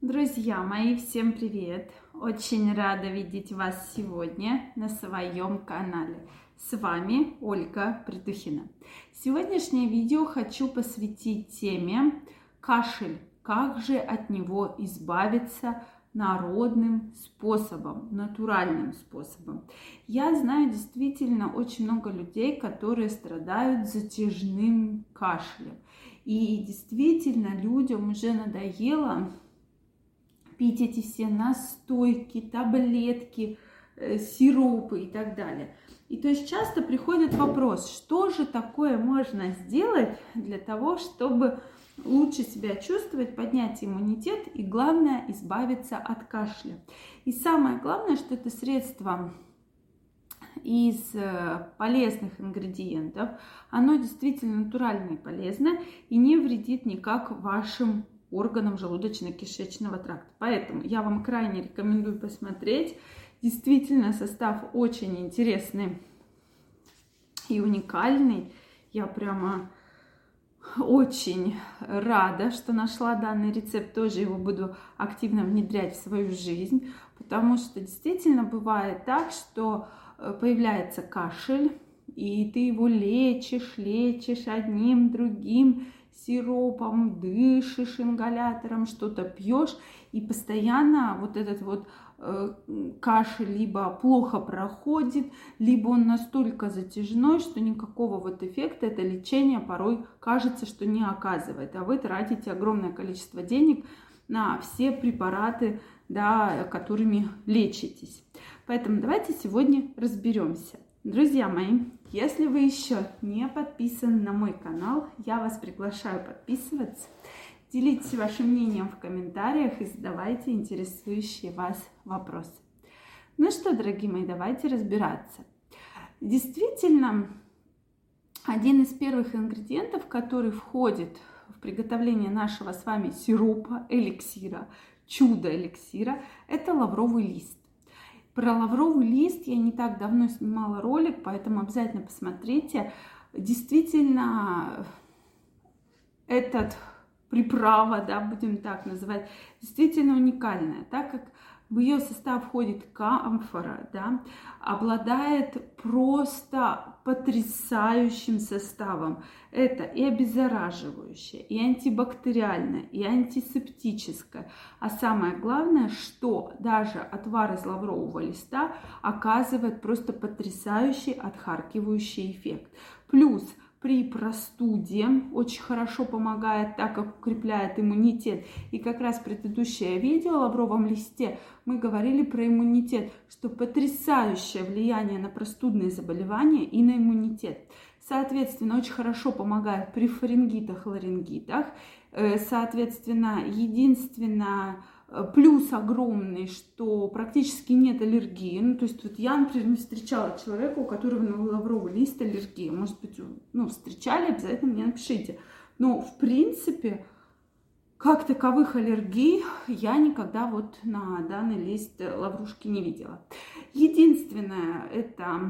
Друзья мои, всем привет! Очень рада видеть вас сегодня на своем канале. С вами Ольга Придухина. Сегодняшнее видео хочу посвятить теме кашель. Как же от него избавиться народным способом, натуральным способом. Я знаю действительно очень много людей, которые страдают затяжным кашлем. И действительно людям уже надоело пить эти все настойки, таблетки, сиропы и так далее. И то есть часто приходит вопрос, что же такое можно сделать для того, чтобы лучше себя чувствовать, поднять иммунитет и, главное, избавиться от кашля. И самое главное, что это средство из полезных ингредиентов, оно действительно натуральное и полезное и не вредит никак вашим органам желудочно-кишечного тракта. Поэтому я вам крайне рекомендую посмотреть. Действительно, состав очень интересный и уникальный. Я прямо очень рада, что нашла данный рецепт. Тоже его буду активно внедрять в свою жизнь, потому что действительно бывает так, что появляется кашель, и ты его лечишь одним, другим сиропом, дышишь ингалятором, что-то пьешь, и постоянно вот этот вот кашель либо плохо проходит, либо он настолько затяжной, что никакого вот эффекта это лечение порой кажется, что не оказывает, а вы тратите огромное количество денег на все препараты, да, которыми лечитесь. Поэтому давайте сегодня разберемся. Друзья мои, если вы еще не подписаны на мой канал, я вас приглашаю подписываться. Делитесь вашим мнением в комментариях и задавайте интересующие вас вопросы. Ну что, дорогие мои, давайте разбираться. Действительно, один из первых ингредиентов, который входит в приготовление нашего с вами сиропа, эликсира, чудо-эликсира, это лавровый лист. Про лавровый лист я не так давно снимала ролик, поэтому обязательно посмотрите. Действительно, этот приправа, да, будем так называть, действительно уникальная, так как в ее состав входит камфора, да, обладает просто потрясающим составом. Это и обеззараживающее, и антибактериальное, и антисептическое. А самое главное, что даже отвар из лаврового листа оказывает просто потрясающий отхаркивающий эффект. Плюс при простуде очень хорошо помогает, так как укрепляет иммунитет. И как раз предыдущее видео о лавровом листе мы говорили про иммунитет, что потрясающее влияние на простудные заболевания и на иммунитет. Соответственно, очень хорошо помогает при фарингитах, ларингитах. Соответственно, единственное плюс огромный, что практически нет аллергии. Ну, то есть вот я, например, не встречала человека, у которого на лавровый лист аллергия. Может быть, встречали, обязательно мне напишите. Но, в принципе, как таковых аллергий я никогда вот на данный лист лаврушки не видела. Единственное, это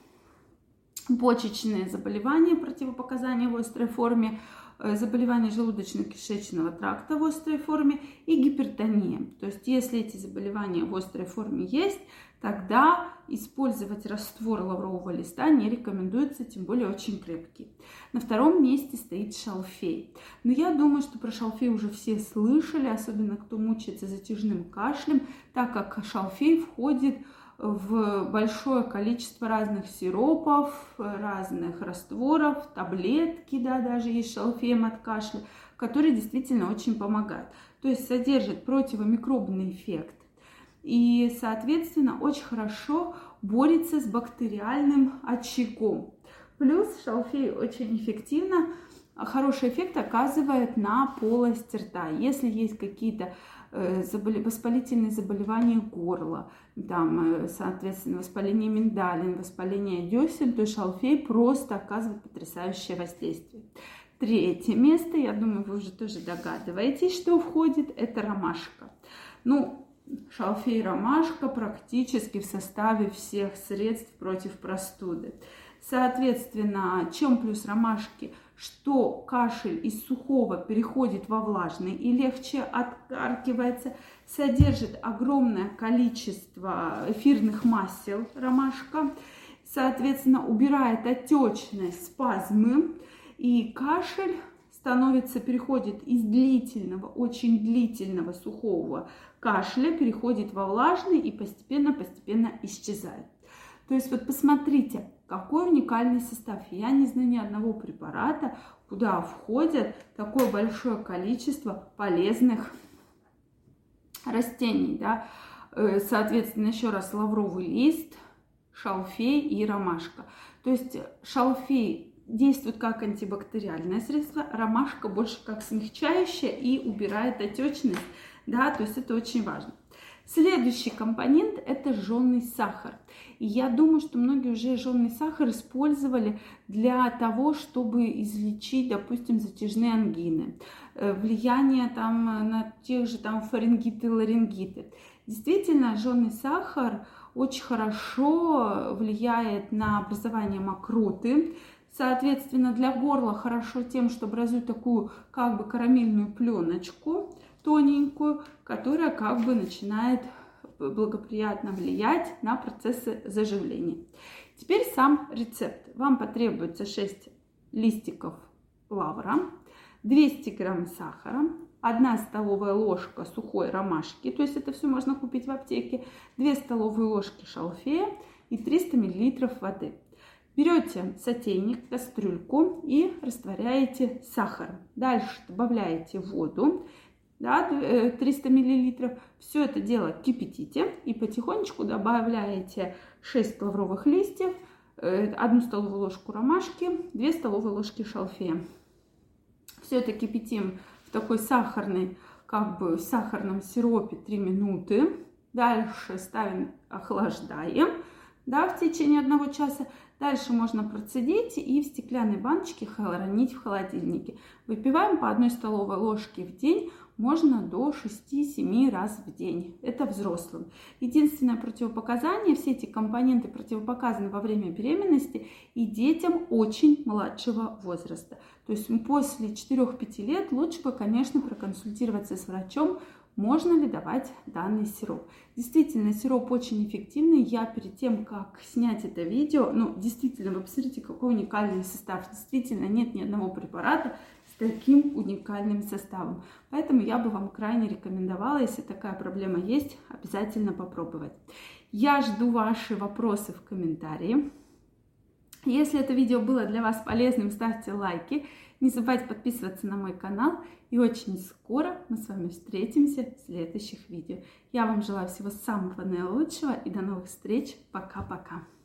почечные заболевания, противопоказания в острой форме, заболевания желудочно-кишечного тракта в острой форме и гипертония. То есть, если эти заболевания в острой форме есть, тогда использовать раствор лаврового листа не рекомендуется, тем более очень крепкий. На втором месте стоит шалфей. Но я думаю, что про шалфей уже все слышали, особенно кто мучается затяжным кашлем, так как шалфей входит в большое количество разных сиропов, разных растворов, таблетки, да, даже есть шалфеем от кашля, которые действительно очень помогают. То есть содержит противомикробный эффект и, соответственно, очень хорошо борется с бактериальным очагом. Плюс шалфей очень эффективно, хороший эффект оказывает на полость рта. Если есть какие-то воспалительные заболевания горла, там, соответственно, воспаление миндалин, воспаление десен, то шалфей просто оказывает потрясающее воздействие. Третье место, я думаю, вы уже тоже догадываетесь, что входит, это ромашка. Ну, шалфей, ромашка практически в составе всех средств против простуды. Соответственно, чем плюс ромашки, что кашель из сухого переходит во влажный и легче откаркивается. Содержит огромное количество эфирных масел ромашка. Соответственно, убирает отечность, спазмы. И кашель переходит из длительного, очень длительного сухого кашля, переходит во влажный и постепенно исчезает. То есть вот посмотрите, какой уникальный состав. Я не знаю ни одного препарата, куда входит такое большое количество полезных растений. Да? Соответственно, еще раз, лавровый лист, шалфей и ромашка. То есть шалфей действует как антибактериальное средство, ромашка больше как смягчающее и убирает отечность. Да? То есть это очень важно. Следующий компонент – это жженый сахар. И я думаю, что многие уже жженый сахар использовали для того, чтобы излечить, допустим, затяжные ангины, влияние там на тех же там фарингиты, ларингиты. Действительно, жженый сахар очень хорошо влияет на образование мокроты. Соответственно, для горла хорошо тем, что образует такую как бы карамельную пленочку тоненькую, которая как бы начинает благоприятно влиять на процессы заживления. Теперь сам рецепт. Вам потребуется 6 листиков лавра, 200 грамм сахара, 1 столовая ложка сухой ромашки, то есть это все можно купить в аптеке, 2 столовые ложки шалфея и 300 мл воды. Берете сотейник, кастрюльку и растворяете сахар. Дальше добавляете воду, да, 300 мл. Все это дело кипятите и потихонечку добавляете 6 лавровых листьев, 1 столовую ложку ромашки, 2 столовые ложки шалфея. Все это кипятим в такой сахарном сиропе 3 минуты. Дальше ставим, охлаждаем, да, в течение 1 часа. Дальше можно процедить и в стеклянной баночке хранить в холодильнике. Выпиваем по 1 столовой ложке в день, можно до 6-7 раз в день. Это взрослым. Единственное противопоказание, все эти компоненты противопоказаны во время беременности и детям очень младшего возраста. То есть после 4-5 лет лучше бы, конечно, проконсультироваться с врачом, можно ли давать данный сироп. Действительно, сироп очень эффективный. Я перед тем, как снять это видео, действительно, вы посмотрите, какой уникальный состав. Действительно, нет ни одного препарата с таким уникальным составом. Поэтому я бы вам крайне рекомендовала, если такая проблема есть, обязательно попробовать. Я жду ваши вопросы в комментарии. Если это видео было для вас полезным, ставьте лайки. Не забывайте подписываться на мой канал. И очень скоро мы с вами встретимся в следующих видео. Я вам желаю всего самого наилучшего и до новых встреч. Пока-пока.